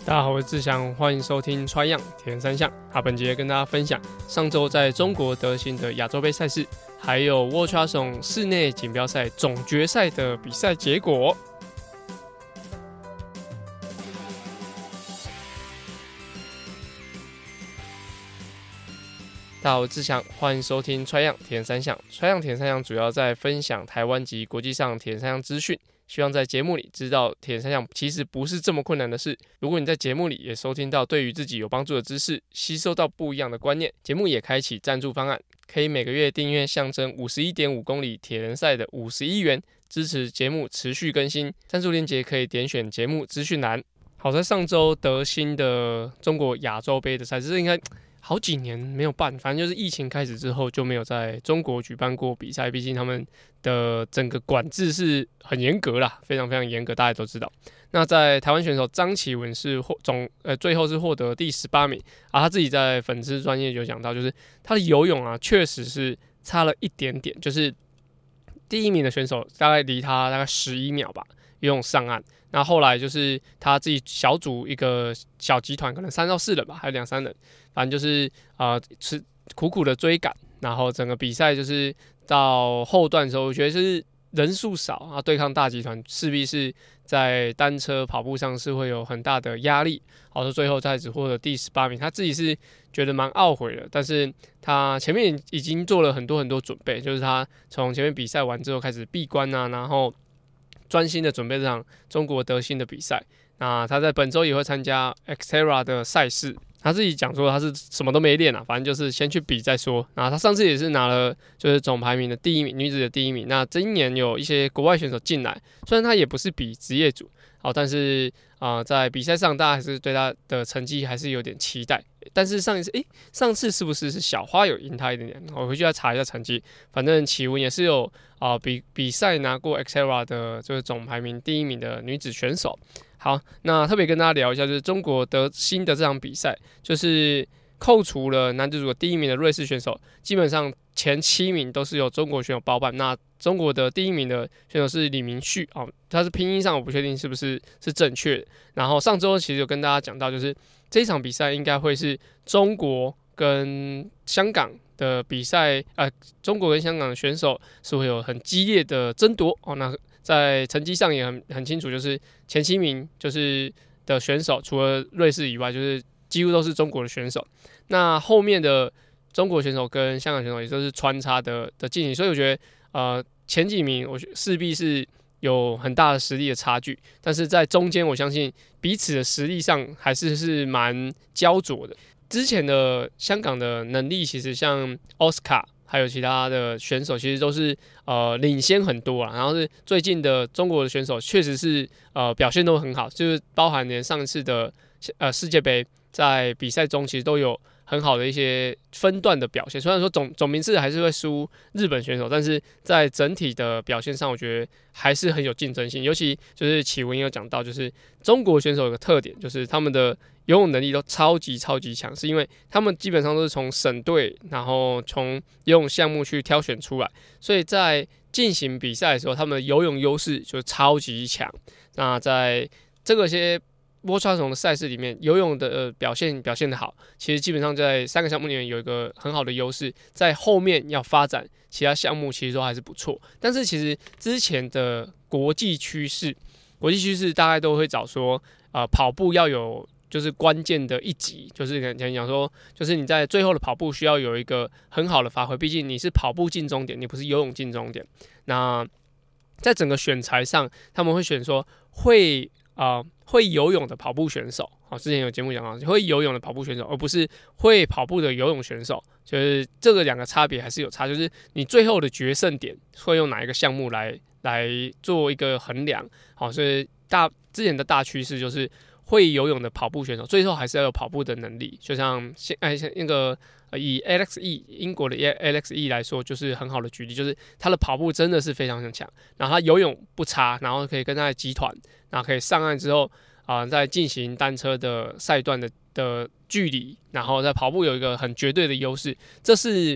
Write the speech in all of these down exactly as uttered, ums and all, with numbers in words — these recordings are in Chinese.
大家好，我是志祥，欢迎收听穿样铁人三项。啊，本节跟大家分享上周在中国德兴的亚洲杯赛事，还有 World Triathlon 室内锦标赛总决赛的比赛结果。大家好，我是志祥，欢迎收听穿样铁人三项。穿样铁人三项主要在分享台湾及国际上铁人三项资讯。希望在节目里知道铁人三项其实不是这么困难的事。如果你在节目里也收听到对于自己有帮助的知识，吸收到不一样的观念，节目也开启赞助方案，可以每个月订阅象征 五十一点五 公里铁人赛的五十一元，支持节目持续更新。赞助链接可以点选节目资讯栏。好在上周德兴的中国亚洲杯的赛事，这应该好几年没有办，反正就是疫情开始之后就没有在中国举办过比赛，毕竟他们的整个管制是很严格啦，非常非常严格，大家都知道。那在台湾选手张启文是获总呃最后是获得第十八名啊，他自己在粉丝专页有讲到，就是他的游泳啊确实是差了一点点，就是第一名的选手大概离他大概十一秒吧，游泳上岸。那后来就是他自己小组一个小集团，可能三到四人吧，还有两三人，反正就是呃吃苦苦的追赶，然后整个比赛就是到后段的时候，我觉得是人数少啊，对抗大集团势必是在单车跑步上是会有很大的压力。好，说最后他只获得第十八名，他自己是觉得蛮懊悔的，但是他前面已经做了很多很多准备，就是他从前面比赛完之后开始闭关啊，然后专心的准备这场中国德兴的比赛。那他在本周也会参加 Xterra 的赛事。他自己讲说他是什么都没练啊，反正就是先去比再说。然后他上次也是拿了就是总排名的第一名，女子的第一名。那今年有一些国外选手进来，虽然他也不是比职业组，好，但是啊、呃，在比赛上大家还是对他的成绩还是有点期待。但是上一次，诶，上次是不是是小花有赢他一点点？我回去要查一下成绩。反正启文也是有啊、呃、比比赛拿过 Xterra 的，就是总排名第一名的女子选手。好，那特别跟大家聊一下，就是中国德兴的这场比赛，就是扣除了男子组的第一名的瑞士选手，基本上前七名都是由中国选手包办。那中国的第一名的选手是李明旭哦，他是拼音上我不确定是不是是正确的。然后上周其实有跟大家讲到，就是这一场比赛应该会是中国跟香港的比赛，呃，中国跟香港的选手是会有很激烈的争夺哦。那在成绩上也很很清楚，就是前七名就是的选手，除了瑞士以外，就是几乎都是中国的选手。那后面的中国选手跟香港选手也都是穿插的的进行，所以我觉得呃前几名我势必是有很大的实力的差距，但是在中间我相信彼此的实力上还是是蛮焦灼的。之前的香港的能力，其实像奥斯卡还有其他的选手，其实都是呃领先很多啦。然后是最近的中国的选手，确实是呃表现都很好，就是包含连上次的呃世界杯在比赛中，其实都有很好的一些分段的表现。虽然说总总名次还是会输日本选手，但是在整体的表现上，我觉得还是很有竞争性。尤其就是启文有讲到，就是中国选手有个特点，就是他们的游泳能力都超级超级强，是因为他们基本上都是从省队，然后从游泳项目去挑选出来，所以在进行比赛的时候，他们的游泳优势就超级强。那在这个些World Triathlon 的赛事里面，游泳的、呃、表现表现的好，其实基本上在三个项目里面有一个很好的优势，在后面要发展其他项目其实都还是不错。但是其实之前的国际趋势，国际趋势大概都会找说，呃，跑步要有就是关键的一击，就是可能讲说，就是你在最后的跑步需要有一个很好的发挥，毕竟你是跑步进终点，你不是游泳进终点。那在整个选材上，他们会选说会啊、呃、会游泳的跑步选手，好，之前有节目讲到会游泳的跑步选手，而不是会跑步的游泳选手，就是这个两个差别还是有差，就是你最后的决胜点会用哪一个项目来来做一个衡量，好，所以大之前的大趋势就是会游泳的跑步选手最后还是要有跑步的能力，就像现哎那个以 Alex E 英国的 Alex E 来说，就是很好的举例，就是他的跑步真的是非常强，然后他游泳不差，然后可以跟他的集团，然后可以上岸之后啊、呃，再进行单车的赛段的的距离，然后在跑步有一个很绝对的优势，这是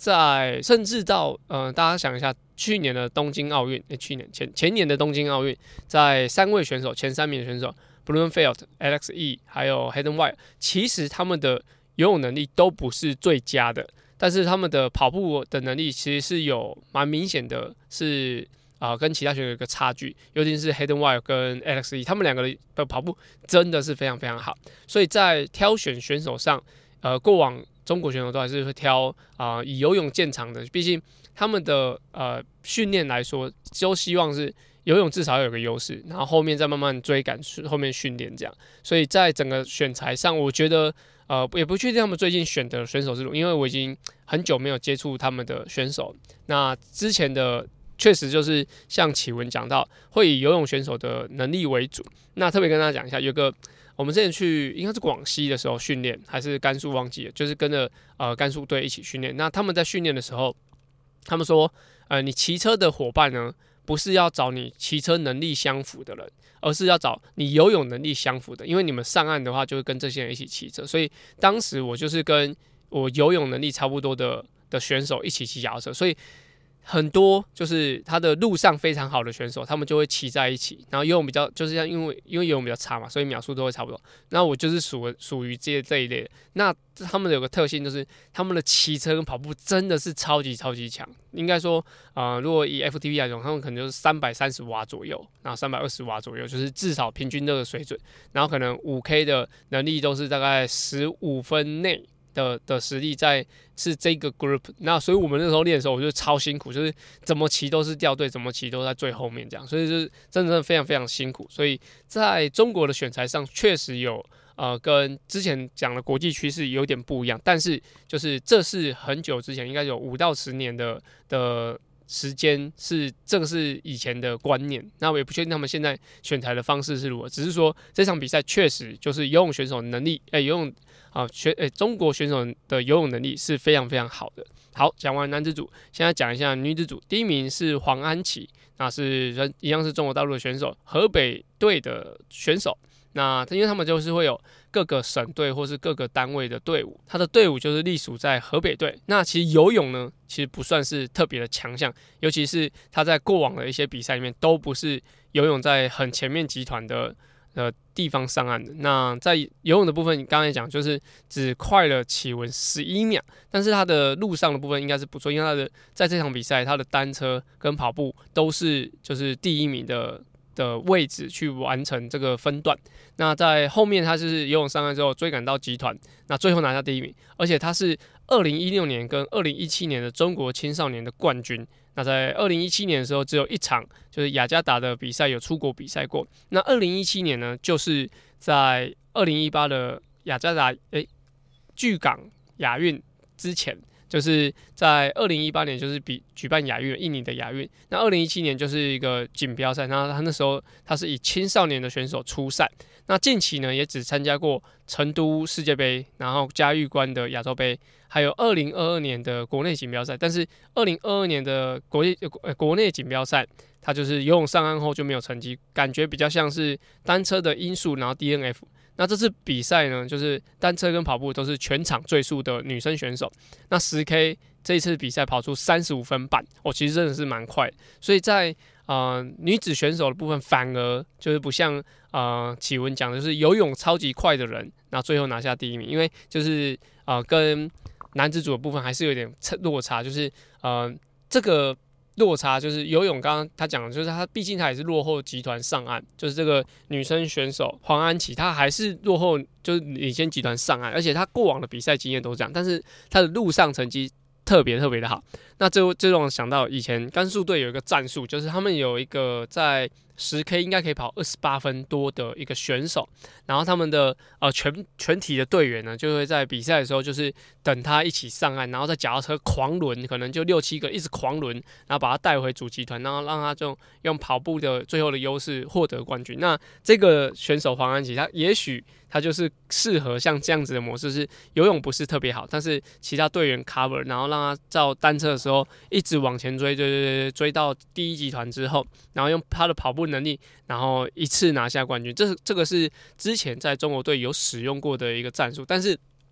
在甚至到呃，大家想一下，去年的东京奥运，去年前前年的东京奥运，在三位选手前三名的选手 Bloomfield、Alex E 还有 Hayden Wilde， 其实他们的游泳能力都不是最佳的，但是他们的跑步的能力其实是有蛮明显的是。啊、呃，跟其他选手有一个差距，尤其是 Hayden Wilde 跟 Alex E， 他们两个的跑步真的是非常非常好，所以在挑选选手上，呃，过往中国选手都还是会挑啊、呃、以游泳见长的，毕竟他们的呃训练来说，都希望是游泳至少要有个优势，然后后面再慢慢追赶后面训练这样，所以在整个选材上，我觉得呃也不确定他们最近选的选手是，因为我已经很久没有接触他们的选手，那之前的。确实就是像启文讲到，会以游泳选手的能力为主。那特别跟大家讲一下，有个我们之前去应该是广西的时候训练，还是甘肃忘记了，就是跟着呃甘肃队一起训练。那他们在训练的时候，他们说，呃，你骑车的伙伴呢，不是要找你骑车能力相符的人，而是要找你游泳能力相符的，因为你们上岸的话，就会跟这些人一起骑车。所以当时我就是跟我游泳能力差不多的的选手一起骑脚踏车，所以。很多就是他的路上非常好的选手，他们就会骑在一起，然后游泳比较就是像因为因为游泳比较差嘛，所以秒数都会差不多。那我就是属属于这这一类的。那他们有个特性就是他们的骑车跟跑步真的是超级超级强。应该说，呃，如果以 F T V 来讲，他们可能就是三百三十瓦左右，然后三百二十瓦左右，就是至少平均这个水准。然后可能五 K 的能力都是大概十五分内。的, 的实力在是这个 group， 那所以我们那时候练的时候，我就超辛苦，就是怎么骑都是掉队，怎么骑都在最后面这样，所以就是真的非常非常辛苦。所以在中国的选材上，确实有呃跟之前讲的国际趋势有点不一样，但是就是这是很久之前，应该有五到十年的的。时间是这个是以前的观念，那我也不确定他们现在选材的方式是如何，只是说这场比赛确实就是游泳选手能力，哎、欸，游泳啊选，哎、欸，中国选手的游泳能力是非常非常好的。好，讲完男子组，现在讲一下女子组，第一名是黄安琪，那是一样是中国大陆的选手，河北队的选手。那因为他们就是会有各个省队或是各个单位的队伍，他的队伍就是隶属在河北队。那其实游泳呢，其实不算是特别的强项，尤其是他在过往的一些比赛里面，都不是游泳在很前面集团的呃地方上岸的。那在游泳的部分，刚才讲就是只快了启文十一秒，但是他的路上的部分应该是不错，因为他的在这场比赛，他的单车跟跑步都是就是第一名的。的位置去完成这个分段，那在后面他就是游泳上岸之后追赶到集团，那最后拿下第一名，而且他是二零一六年跟二零一七年的中国青少年的冠军。那在二零一七年的时候，只有一场就是雅加达的比赛有出国比赛过。那二零一七年呢，就是在二零一八的雅加达诶巨港亚运之前。就是在二零一八年，就是比举办亚运，印尼的亚运。那二零一七年就是一个锦标赛，那他那时候他是以青少年的选手出赛。那近期呢，也只参加过成都世界杯，然后嘉峪关的亚洲杯，还有二零二二年的国内锦标赛。但是二零二二年的国际呃国内锦标赛，他就是游泳上岸后就没有成绩，感觉比较像是单车的因素，然后 D N F。那这次比赛呢，就是单车跟跑步都是全场最速的女生选手。那 十K 这一次比赛跑出三十五分半，哦，其实真的是蛮快的。所以在呃女子选手的部分，反而就是不像呃启文讲的，就是游泳超级快的人，那最后拿下第一名，因为就是呃跟男子组的部分还是有点落差，就是呃这个。落差就是游泳，刚刚他讲的就是他毕竟他也是落后集团上岸，就是这个女生选手黄安琪，她还是落后，就是领先集团上岸，而且她过往的比赛经验都是这样，但是她的路上成绩特别特别的好。那这这让我想到以前甘肃队有一个战术，就是他们有一个在十 K 应该可以跑二十八分多的一个选手，然后他们的呃全全体的队员呢，就会在比赛的时候就是等他一起上岸，然后在脚踏车狂轮，可能就六七个一直狂轮，然后把他带回主集团，然后让他就用跑步的最后的优势获得冠军。那这个选手黄安琪，他也许他就是适合像这样子的模式，是游泳不是特别好，但是其他队员 cover， 然后让他照单车的时候一直往前追，追追追追到第一集团之后，然后用他的跑步能力，然后一次拿下冠军。这这个是之前在中国队有使用过的一个战术，但是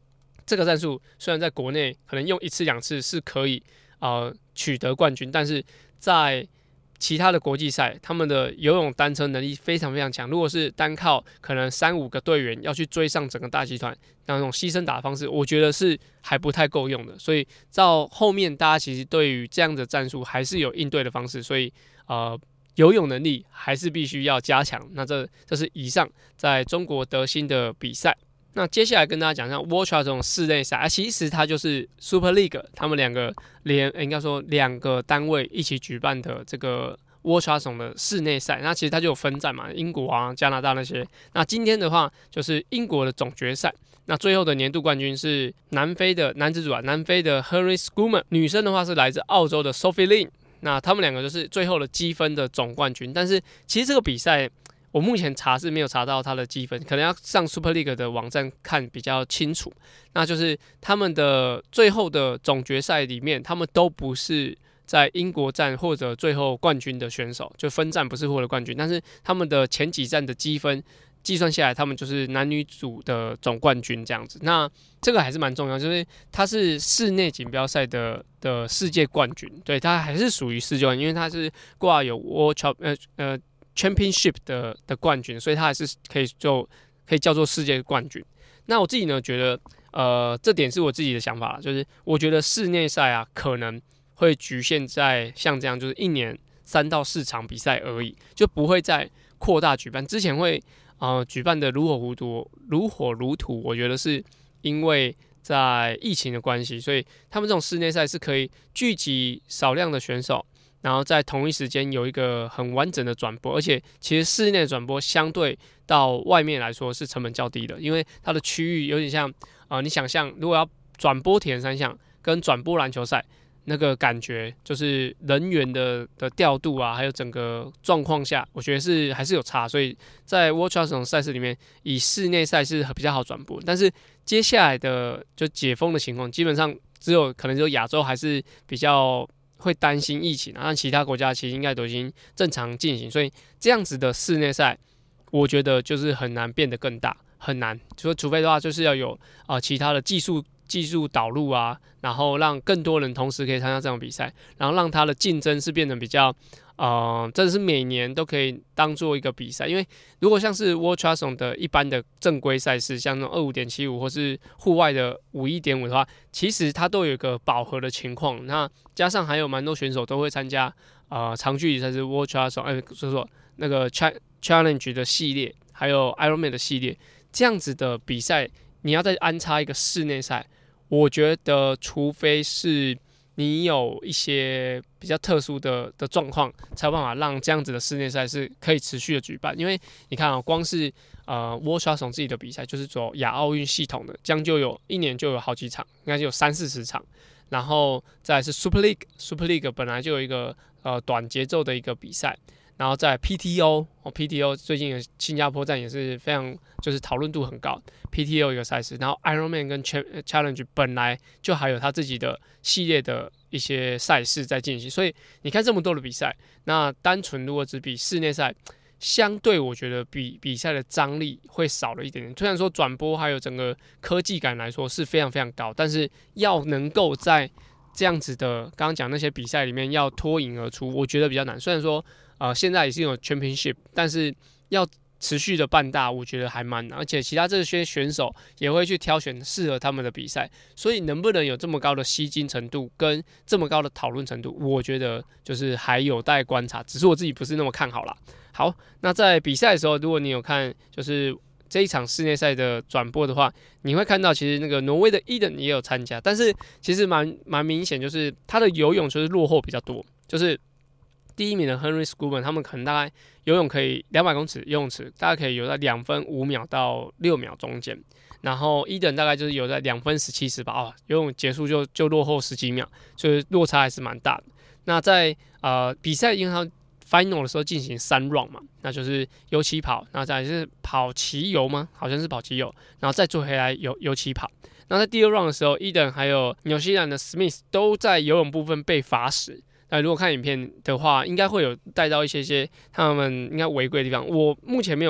这个战术虽然在国内可能用一次两次是可以呃取得冠军，但是在其他的国际赛，他们的游泳单车能力非常非常强。如果是单靠可能三五个队员要去追上整个大集团，那种牺牲打的方式，我觉得是还不太够用的。所以到后面，大家其实对于这样的战术还是有应对的方式。所以呃，游泳能力还是必须要加强。那这这是以上在中国德兴的比赛。那接下来跟大家讲一下 World Triathlon 这种室内赛啊，其实它就是 Super League 他们两个连应该说两个单位一起举办的这个 World Triathlon 的室内赛。那其实它就有分站嘛，英国啊、加拿大那些。那今天的话就是英国的总决赛。那最后的年度冠军是南非的男子组啊，南非的 Henry Schoolman， 女生的话是来自澳洲的 Sophie Lin。那他们两个就是最后的积分的总冠军。但是其实这个比赛，我目前查是没有查到他的积分，可能要上 Super League 的网站看比较清楚。那就是他们的最后的总决赛里面，他们都不是在英国站或者最后冠军的选手，就分站不是获得冠军，但是他们的前几站的积分计算下来，他们就是男女组的总冠军这样子。那这个还是蛮重要，就是他是室内锦标赛的的世界冠军，对，他还是属于世界冠军，因为他是挂有 World Cup 呃呃。Championship 的, 的冠军，所以他还是可以就可以叫做世界冠军。那我自己呢觉得，呃，这点是我自己的想法，就是我觉得室内赛啊可能会局限在像这样，就是一年三到四场比赛而已，就不会再扩大举办。之前会呃举办的如火如荼，如火如荼，我觉得是因为在疫情的关系，所以他们这种室内赛是可以聚集少量的选手。然后在同一时间有一个很完整的转播，而且其实室内的转播相对到外面来说是成本较低的，因为它的区域有点像，呃，你想象如果要转播铁人三项跟转播篮球赛，那个感觉就是人员的的调度啊，还有整个状况下，我觉得是还是有差，所以在 World Triathlon 这种赛事里面，以室内赛是比较好转播，但是接下来的就解封的情况，基本上只有可能只有亚洲还是比较会担心疫情，那其他国家其实应该都已经正常进行，所以这样子的室内赛，我觉得就是很难变得更大，很难。就除非的话，就是要有啊、呃、其他的技术技术导入啊，然后让更多人同时可以参加这场比赛，然后让它的竞争是变得比较呃，真的是每年都可以当做一个比赛。因为如果像是 World Triathlon 的一般的正规赛事，像那种 二五点七五 或是户外的 五一点五 的话，其实它都有一个饱和的情况。那加上还有蛮多选手都会参加呃长距离赛事 World Triathlon， 哎，所以说那个 Challenge 的系列，还有 Ironman 的系列，这样子的比赛，你要再安插一个室内赛，我觉得除非是你有一些比较特殊的的状况，才有办法让这样子的室内赛是可以持续的举办。因为你看啊、喔，光是呃 World Triathlon 自己的比赛，就是走亚奥运系统的，这样就有一年就有好几场，应该就有三四十场。然后再来是 Super League，Super League 本来就有一个呃短节奏的一个比赛，然后在 P T O， 哦 P T O 最近的新加坡站也是非常就是讨论度很高 ，P T O 一个赛事，然后 Ironman 跟 Challenge 本来就还有他自己的系列的一些赛事在进行，所以你看这么多的比赛，那单纯如果只比室内赛，相对我觉得比比赛的张力会少了一点点。虽然说转播还有整个科技感来说是非常非常高，但是要能够在这样子的刚刚讲那些比赛里面要脱颖而出，我觉得比较难。虽然说呃现在已经有 Championship， 但是要持续的办大，我觉得还蛮难。而且其他这些选手也会去挑选适合他们的比赛，所以能不能有这么高的吸睛程度跟这么高的讨论程度，我觉得就是还有待观察。只是我自己不是那么看好啦。好，那在比赛的时候，如果你有看就是这一场室内赛的转播的话，你会看到其实那个挪威的 Eden 也有参加，但是其实蛮蛮明显，就是他的游泳就是落后比较多，就是第一名的 Henry Schoolman 他们可能大概游泳可以两百公尺游泳池，大概可以游在两分五秒到六秒中间，然后 Eden 大概就是游在两分十七十八哦，游泳结束就就落后十几秒，所以落差还是蛮大的。那在呃比赛，因为他Final 的时候进行三 round 嘛，那就是游起跑，然后再来是跑骑游吗？好像是跑骑游，然后再做回来游游起跑。那在第二 round 的时候 ，Eden 还有纽西兰的 Smith 都在游泳部分被罚时。那如果看影片的话，应该会有带到一些些他们应该违规的地方。我目前没有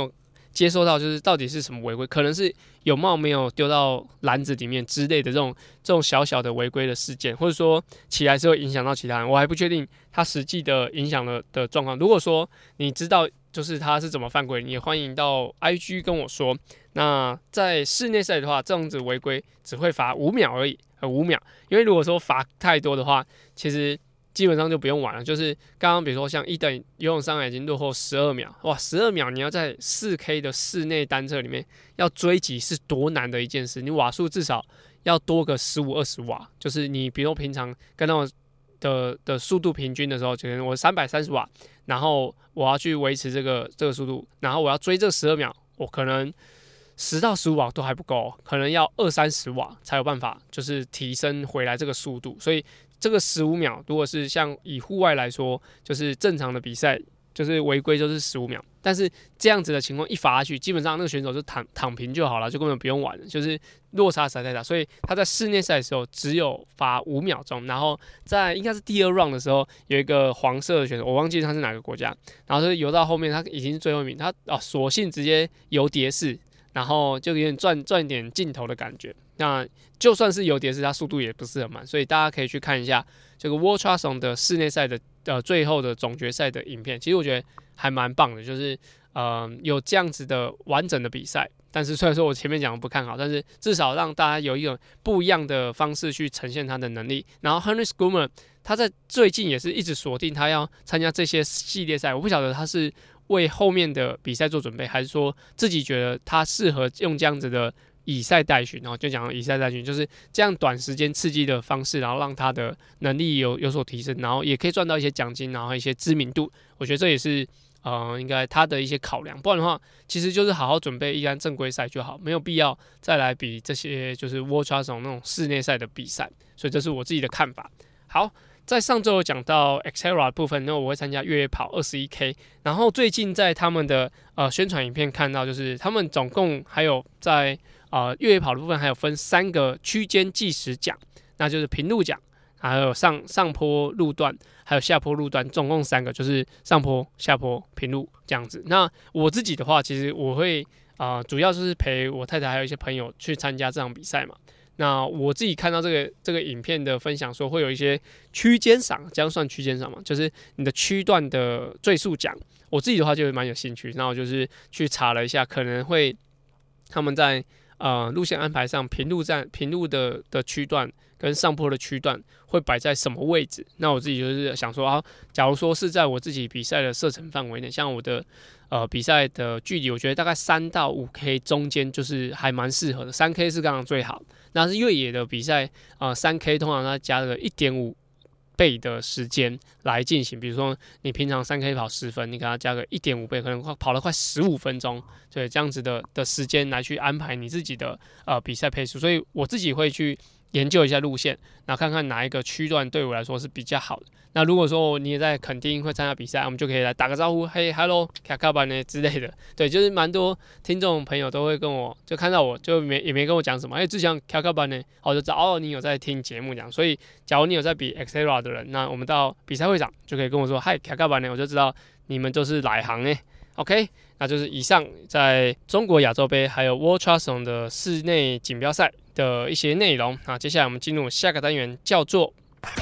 接收到就是到底是什么违规，可能是有帽没有丢到篮子里面之类的这种这种小小的违规的事件，或者说起来是会影响到其他人，我还不确定它实际的影响的的状况。如果说你知道就是他是怎么犯规，你也欢迎到 I G 跟我说。那在室内赛的话，这样子违规只会罚五秒而已，呃五秒，因为如果说罚太多的话，其实基本上就不用玩了。就是刚刚比如说像一等游泳伤害已经落后十二秒，哇，十二秒你要在 四 K 的室内单车里面要追击是多难的一件事，你瓦数至少要多个十五二十瓦，就是你比如说平常跟那种的的速度平均的时候，可能我三百三十瓦，然后我要去维持这个这个速度，然后我要追这十二秒，我可能十到十五瓦都还不够，可能要二三十瓦才有办法，就是提升回来这个速度。所以这个十五秒，如果是像以户外来说，就是正常的比赛，就是违规就是十五秒。但是这样子的情况一罚下去，基本上那个选手就躺躺平就好了，就根本不用玩了，就是落差实在太大。所以他在室内赛的时候只有罚五秒钟，然后在应该是第二 round 的时候，有一个黄色的选手，我忘记他是哪个国家，然后就游到后面，他已经是最后一名，他啊索性直接游蝶式。然后就有点赚赚点镜头的感觉。那就算是有蝶式，它速度也不是很慢，所以大家可以去看一下这个 World Triathlon 的室内赛的呃最后的总决赛的影片。其实我觉得还蛮棒的，就是呃有这样子的完整的比赛。但是虽然说我前面讲的不看好，但是至少让大家有一种不一样的方式去呈现他的能力。然后 Henry Schoolman 他在最近也是一直锁定他要参加这些系列赛，我不晓得他是为后面的比赛做准备，还是说自己觉得他适合用这样子的以赛代训，然后就讲以赛代训，就是这样短时间刺激的方式，然后让他的能力有有所提升，然后也可以赚到一些奖金，然后一些知名度。我觉得这也是呃应该他的一些考量，不然的话，其实就是好好准备一杆正规赛就好，没有必要再来比这些就是 World Triathlon 那种室内赛的比赛。所以这是我自己的看法。好。在上周有讲到 Xterra 的部分，那我会参加越野跑 二十一 K， 然后最近在他们的呃宣传影片看到，就是他们总共还有在呃越野跑的部分还有分三个区间计时奖，那就是平路奖，还有上上坡路段，还有下坡路段，总共三个，就是上坡、下坡、平路这样子。那我自己的话，其实我会啊、呃，主要就是陪我太太还有一些朋友去参加这场比赛嘛。那我自己看到这个这个影片的分享说，会有一些区间赏，这样算区间赏吗？就是你的区段的最速奖。我自己的话就蛮有兴趣，那我就是去查了一下，可能会他们在呃路线安排上，平路站平路的的区段跟上坡的区段会摆在什么位置？那我自己就是想说啊，假如说是在我自己比赛的射程范围内，像我的呃比赛的距离，我觉得大概三到五 K 中间就是还蛮适合的，三 K 是刚刚最好。那是越野的比赛，呃，三 K 通常它加了一点五倍的时间来进行。比如说你平常三 K 跑十分，你给它加个一点五倍，可能跑了快十五分钟，对，这样子的的时间来去安排你自己的呃比赛配速。所以我自己会去研究一下路线，然后看看哪一个区段对我来说是比较好的。那如果说你也在垦丁会参加比赛，我们就可以来打个招呼，嘿 ，hello， 卡卡班呢之类的。对，就是蛮多听众朋友都会跟我就看到我就没也没跟我讲什么，哎，之前卡卡班呢，我就知道哦，你有在听节目讲。所以假如你有在比 Xterra 的人，那我们到比赛会场就可以跟我说，嗨，卡卡班呢，我就知道你们都是来行呢。OK， 那就是以上在中国亚洲杯还有 World Triathlon 的室内锦标赛的一些内容。那接下来我们进入下个单元，叫做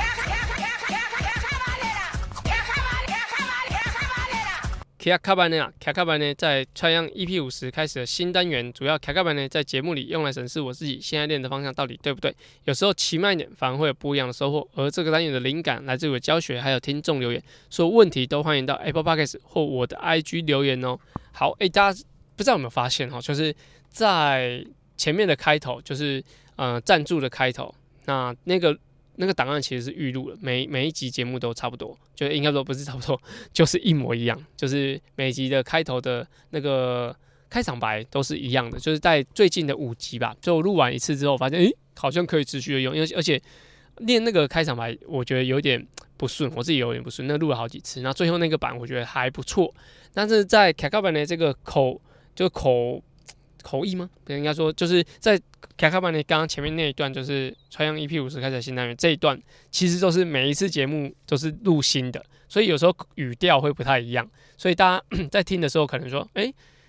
卡卡班呢，卡卡班呢，在穿样 E P 五十开始的新单元，主要卡卡班呢在节目里用来审视我自己现在练的方向到底对不对。有时候骑慢一点，反而会有不一样的收获。而这个单元的灵感来自于我教学，还有听众留言，所有问题都欢迎到 Apple Podcast 或我的 I G 留言哦。好，哎，大家不知道有没有发现哦，就是在前面的开头，就是呃赞助的开头，那那个。那个档案其实是预录了，每每一集节目都差不多，就应该说不是差不多，就是一模一样，就是每一集的开头的那个开场白都是一样的，就是在最近的五集吧，就我录完一次之后，发现诶好像可以持续的用，因为而且练那个开场白，我觉得有点不顺，我自己有点不顺，那录了好几次，那最后那个版我觉得还不错，但是在卡卡版的这个口就口。口译吗？应该说就是在卡卡班的刚刚前面那一段，就是穿样 E P 五十开始的新单元这一段，其实都是每一次节目都是录新的，所以有时候语调会不太一样，所以大家在听的时候可能说，哎、欸，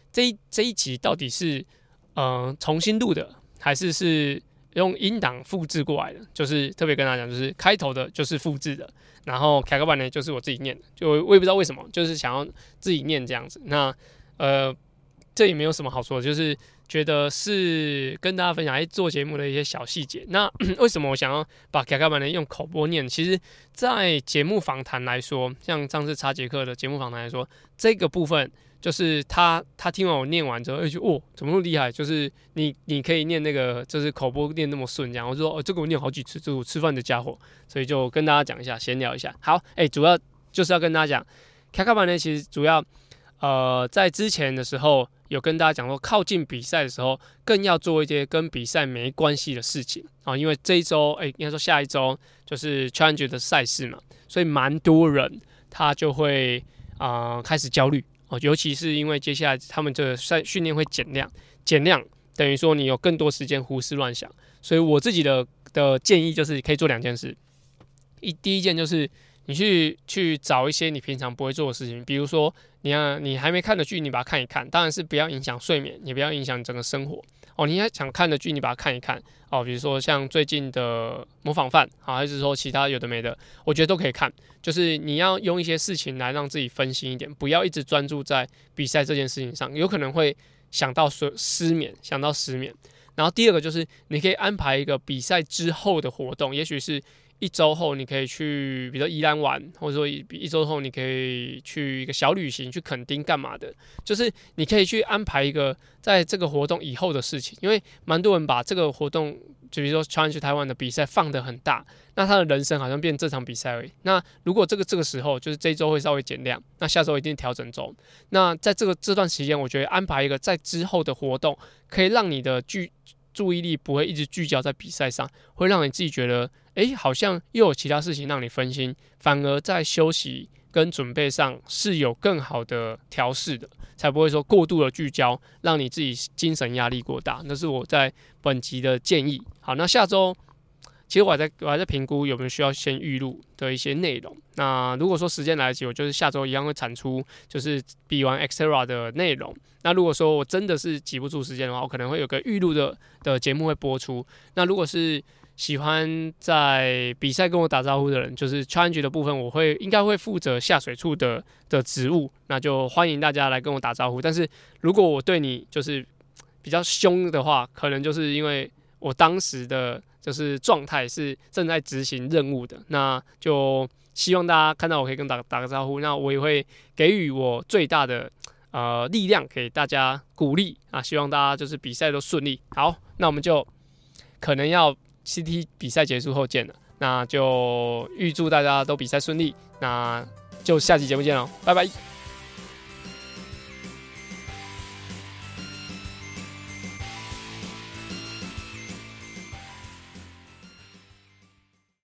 这一这一集到底是呃重新录的，还是是用音档复制过来的？就是特别跟大家讲，就是开头的就是复制的，然后凯克版呢就是我自己念的，就我也不知道为什么，就是想要自己念这样子。那呃，这也没有什么好说的，就是觉得是跟大家分享哎做节目的一些小细节。那为什么我想要把凯克版呢用口播念？其实，在节目访谈来说，像上次查杰克的节目访谈来说，这个部分。就是他，他听完我念完之后，哎、欸，就哦，怎么那么厉害？就是你，你可以念那个，就是口播念那么顺，这样。我就说，哦，这个我念好几次，就是我吃饭的家伙，所以就跟大家讲一下，闲聊一下。好，哎、欸，主要就是要跟大家讲，卡卡班呢，其实主要，呃，在之前的时候有跟大家讲说，靠近比赛的时候，更要做一些跟比赛没关系的事情啊，因为这一周，哎、欸，应该说下一周就是 Challenge 的赛事嘛，所以蛮多人他就会啊、呃、开始焦虑。哦，尤其是因为接下来他们这个赛训练会减量，减量等于说你有更多时间胡思乱想，所以我自己的的建议就是可以做两件事。一第一件就是你去去找一些你平常不会做的事情，比如说你要你还没看的剧，你把它看一看，当然是不要影响睡眠，也不要影响整个生活。哦，你想看的剧，你把它看一看。哦，比如说像最近的模仿犯，好，还是说其他有的没的，我觉得都可以看。就是你要用一些事情来让自己分心一点，不要一直专注在比赛这件事情上，有可能会想到失眠，想到失眠。然后第二个就是你可以安排一个比赛之后的活动，也许是一周后你可以去，比如说宜兰玩，或者说一一周后你可以去一个小旅行，去垦丁干嘛的，就是你可以去安排一个在这个活动以后的事情，因为蛮多人把这个活动，就比如说 Challenge 台湾的比赛放得很大，那他的人生好像变这场比赛而已。那如果这个这个时候就是这一周会稍微减量，那下周一定调整周。那在这个这段时间，我觉得安排一个在之后的活动，可以让你的聚注意力不会一直聚焦在比赛上，会让你自己觉得，哎，好像又有其他事情让你分心，反而在休息跟准备上是有更好的调试的，才不会说过度的聚焦，让你自己精神压力过大。那是我在本集的建议。好，那下周其实我还在我还在评估有没有需要先预录的一些内容。那如果说时间来得及，我就是下周一样会产出就是比完 Xterra 的内容。那如果说我真的是挤不住时间的话，我可能会有个预录的的节目会播出。那如果是喜欢在比赛跟我打招呼的人，就是 challenge 的部分，我会应该会负责下水处的的职务，那就欢迎大家来跟我打招呼。但是如果我对你就是比较凶的话，可能就是因为我当时的就是状态是正在执行任务的，那就希望大家看到我可以跟打打个招呼，那我也会给予我最大的呃力量给大家鼓励啊，希望大家就是比赛都顺利。好，那我们就可能要 C T 比赛结束后见了，那就预祝大家都比赛顺利，那就下期节目见喽，拜拜。